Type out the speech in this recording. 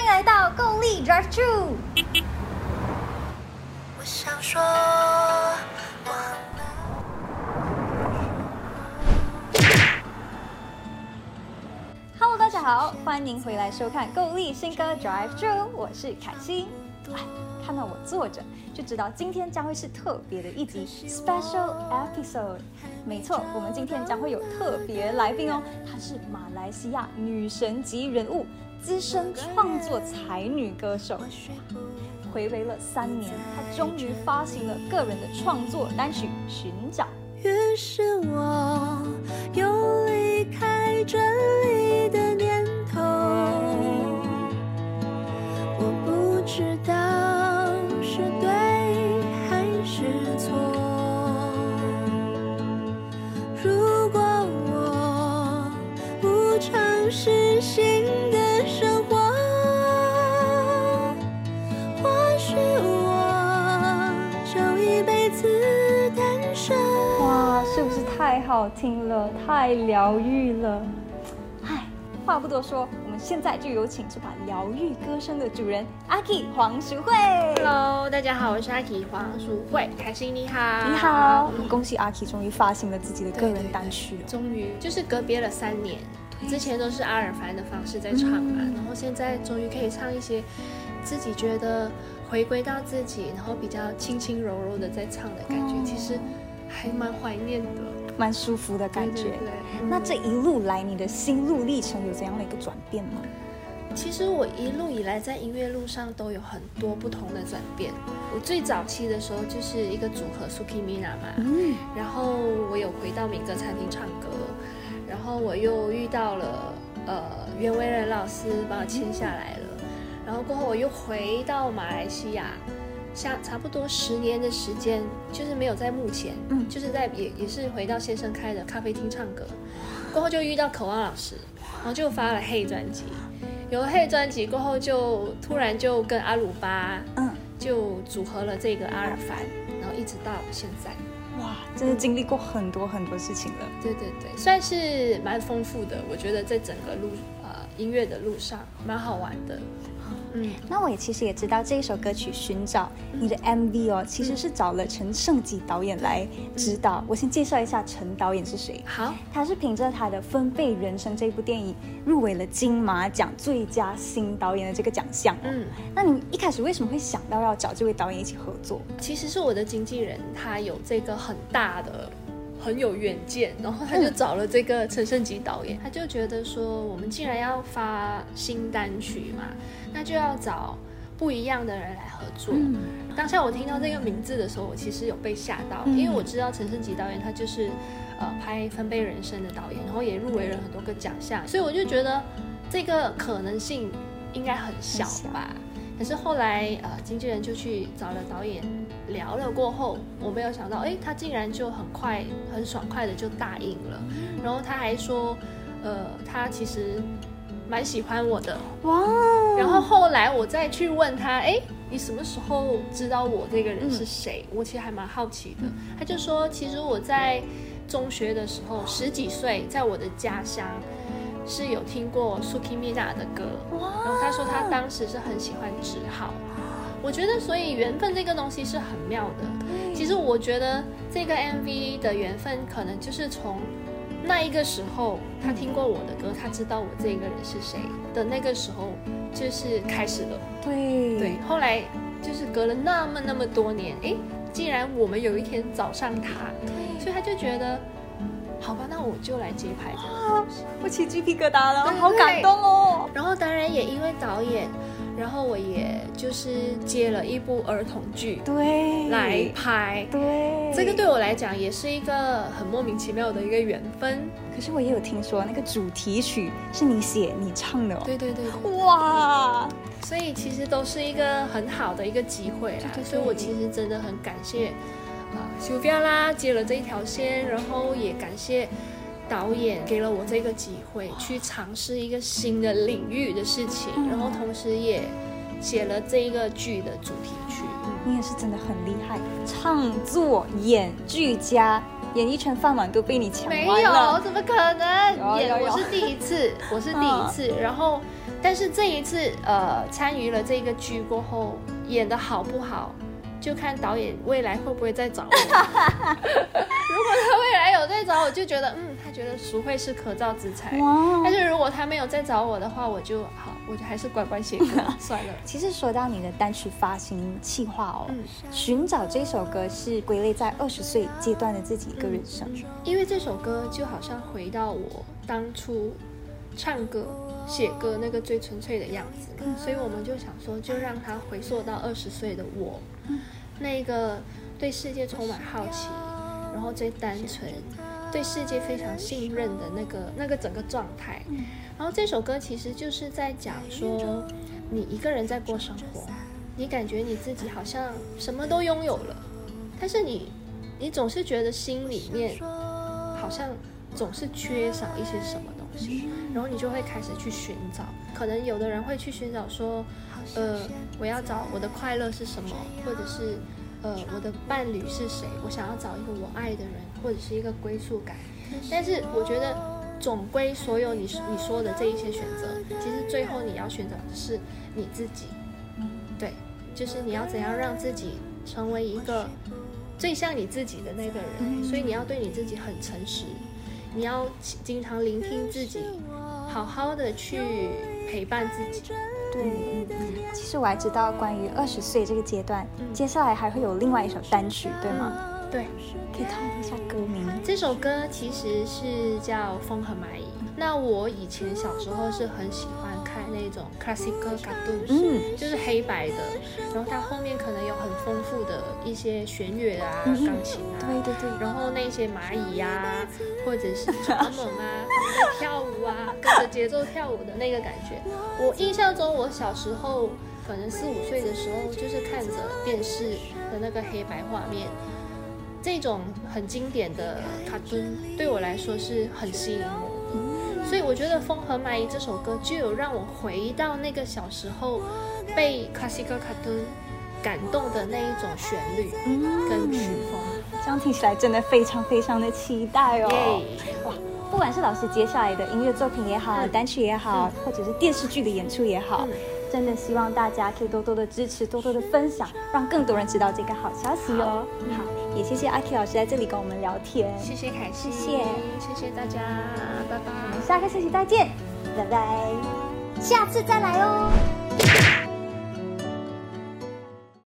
迎来到够力 Drive Thru。 我想说， Hello， 大家好，欢迎回来收看够力新歌 Drive Thru， 我是凯欣。看到我坐着，就知道今天将会是特别的一集 Special Episode。没错，我们今天将会有特别来宾哦，她是马来西亚女神级人物、资深创作才女歌手。睽违了3年，她终于发行了个人的创作单曲《寻找》。 于是我又离开这里的念头，我不知道是对还是错。如果我不尝试新的生活，或许我就一辈子单身。 哇，是不是太好听了，太疗愈了？唉，话不多说，我们现在就有请这把疗愈歌声的主人阿 K 黄淑慧。 Hello， 大家好，我是阿 K 黄淑慧，凯欣你好。 你好，恭喜阿 K 终于发行了自己的个人单曲了。 终于就是隔别了3年，之前都是阿尔凡的方式在唱嘛，然后现在终于可以唱一些自己觉得回归到自己，然后比较轻轻柔柔的在唱的感觉，其实还蛮怀念的， 蛮舒服的感觉。 对， 那这一路来，你的心路历程有怎样的一个转变吗？ 其实我一路以来在音乐路上都有很多不同的转变。我最早期的时候就是一个组合 Suki Mina 嘛，然后我有回到民歌餐厅唱歌，然后我又遇到了袁惟仁老师把我签下来了，然后过后我又回到马来西亚，像差不多10年的时间，就是没有在幕前，就是在也是回到先生开的咖啡厅唱歌，过后就遇到渴望老师，然后就发了 Hey 专辑。有了 Hey 专辑过后，就突然就跟阿鲁巴，就组合了这个阿尔凡，然后一直到现在。 哇，真的经历过很多很多事情了。 对，算是蛮丰富的。我觉得在整个音乐的路上蛮好玩的。 那我其实也知道这一首歌曲《寻找》，你的 MV 哦，其实是找了陈胜吉导演来指导。我先介绍一下陈导演是谁。 好， 他是凭着他的《分贝人生》这部电影入围了金马奖最佳新导演的这个奖项。那你一开始为什么会想到要找这位导演一起合作？ 其实是我的经纪人，他有这个很大的。很有远见，然后他就找了这个陈胜吉导演，他就觉得说，我们既然要发新单曲嘛，那就要找不一样的人来合作。当下我听到这个名字的时候，我其实有被吓到，因为我知道陈胜吉导演他就是拍《分贝人生》的导演，然后也入围了很多个奖项，所以我就觉得这个可能性应该很小吧。可是后来经纪人就去找了导演聊了过后，我没有想到他竟然就很快很爽快的就答应了，然后他还说他其实蛮喜欢我的。哇！然后后来我再去问他，你什么时候知道我这个人是谁？我其实还蛮好奇的。他就说，其实我在中学的时候10几岁，在我的家乡是有听过 Suki Mina 的歌，然后他说他当时是很喜欢志浩。我觉得所以缘分这个东西是很妙的。其实我觉得这个 MV 的缘分可能就是从那一个时候他听过我的歌，他知道我这个人是谁的那个时候就是开始了。对，后来就是隔了那么多年，既然我们有一天找上他，所以他就觉得好吧，那我就来接拍这个东西。 我起鸡皮疙瘩了，好感动哦。 然后当然也因为导演，然后我也就是接了一部儿童剧，来拍。这个对我来讲也是一个很莫名其妙的一个缘分。 可是我也有听说那个主题曲是你写你唱的哦。 对， 哇！ 所以其实都是一个很好的一个机会啦。所以我其实真的很感谢Sylvia 啦接了这一条线，然后也感谢导演给了我这个机会去尝试一个新的领域的事情，然后同时也写了这一个剧的主题曲。 你也是真的很厉害，唱作演俱佳，演艺圈饭碗都被你抢完了。 没有，怎么可能？我是第一次，然后但是这一次参与了这个剧过后，演得好不好，就看导演未来会不会再找我。如果他未来有再找我，就觉得他觉得淑慧是可造之材。但是如果他没有再找我的话，我就还是乖乖写歌算了。 其实说到你的单曲发行计划哦，寻找这首歌是归类在20岁阶段的自己一个人生， 因为这首歌就好像回到我当初唱歌写歌那个最纯粹的样子，所以我们就想说，就让它回溯到20岁的我，那个对世界充满好奇，然后最单纯，对世界非常信任的那个整个状态。然后这首歌其实就是在讲说，你一个人在过生活，你感觉你自己好像什么都拥有了，但是你总是觉得心里面好像总是缺少一些什么东西，然后你就会开始去寻找。可能有的人会去寻找说，我要找我的快乐是什么，或者是我的伴侣是谁，我想要找一个我爱的人，或者是一个归属感。但是我觉得总归所有你说的这一些选择，其实最后你要寻找的是你自己。对，就是你要怎样让自己成为一个最像你自己的那个人，所以你要对你自己很诚实，你要经常聆听自己，好好的去陪伴自己。 对，其实我还知道关于20岁这个阶段，接下来还会有另外一首单曲，对吗？ 对， 可以透露一下歌名？ 这首歌其实是叫《风和蚂蚁》。那我以前小时候是很喜欢看那种 classical cartoon，就是黑白的，然后它后面可能有很丰富的一些弦乐啊、钢琴啊， 对， 然后那些蚂蚁啊，或者是蚱蜢啊，在跳舞啊，跟着节奏跳舞的那个感觉。我印象中，我小时候可能4、5岁的时候，就是看着电视的那个黑白画面。这种很经典的卡通对我来说是很吸引我的，所以我觉得《风和蚂蚁》这首歌就有让我回到那个小时候被 classical cartoon 感动的那一种旋律跟曲风。 这样听起来真的非常非常的期待哦！哇，不管是老师接下来的音乐作品也好，单曲也好，或者是电视剧的演出也好，真的希望大家可以多多的支持，多多的分享，让更多人知道这个好消息哦。好，也谢谢阿 K 老师在这里跟我们聊天。 谢谢凯西，谢谢大家，拜拜。 我们下个星期再见，拜拜，下次再来哦。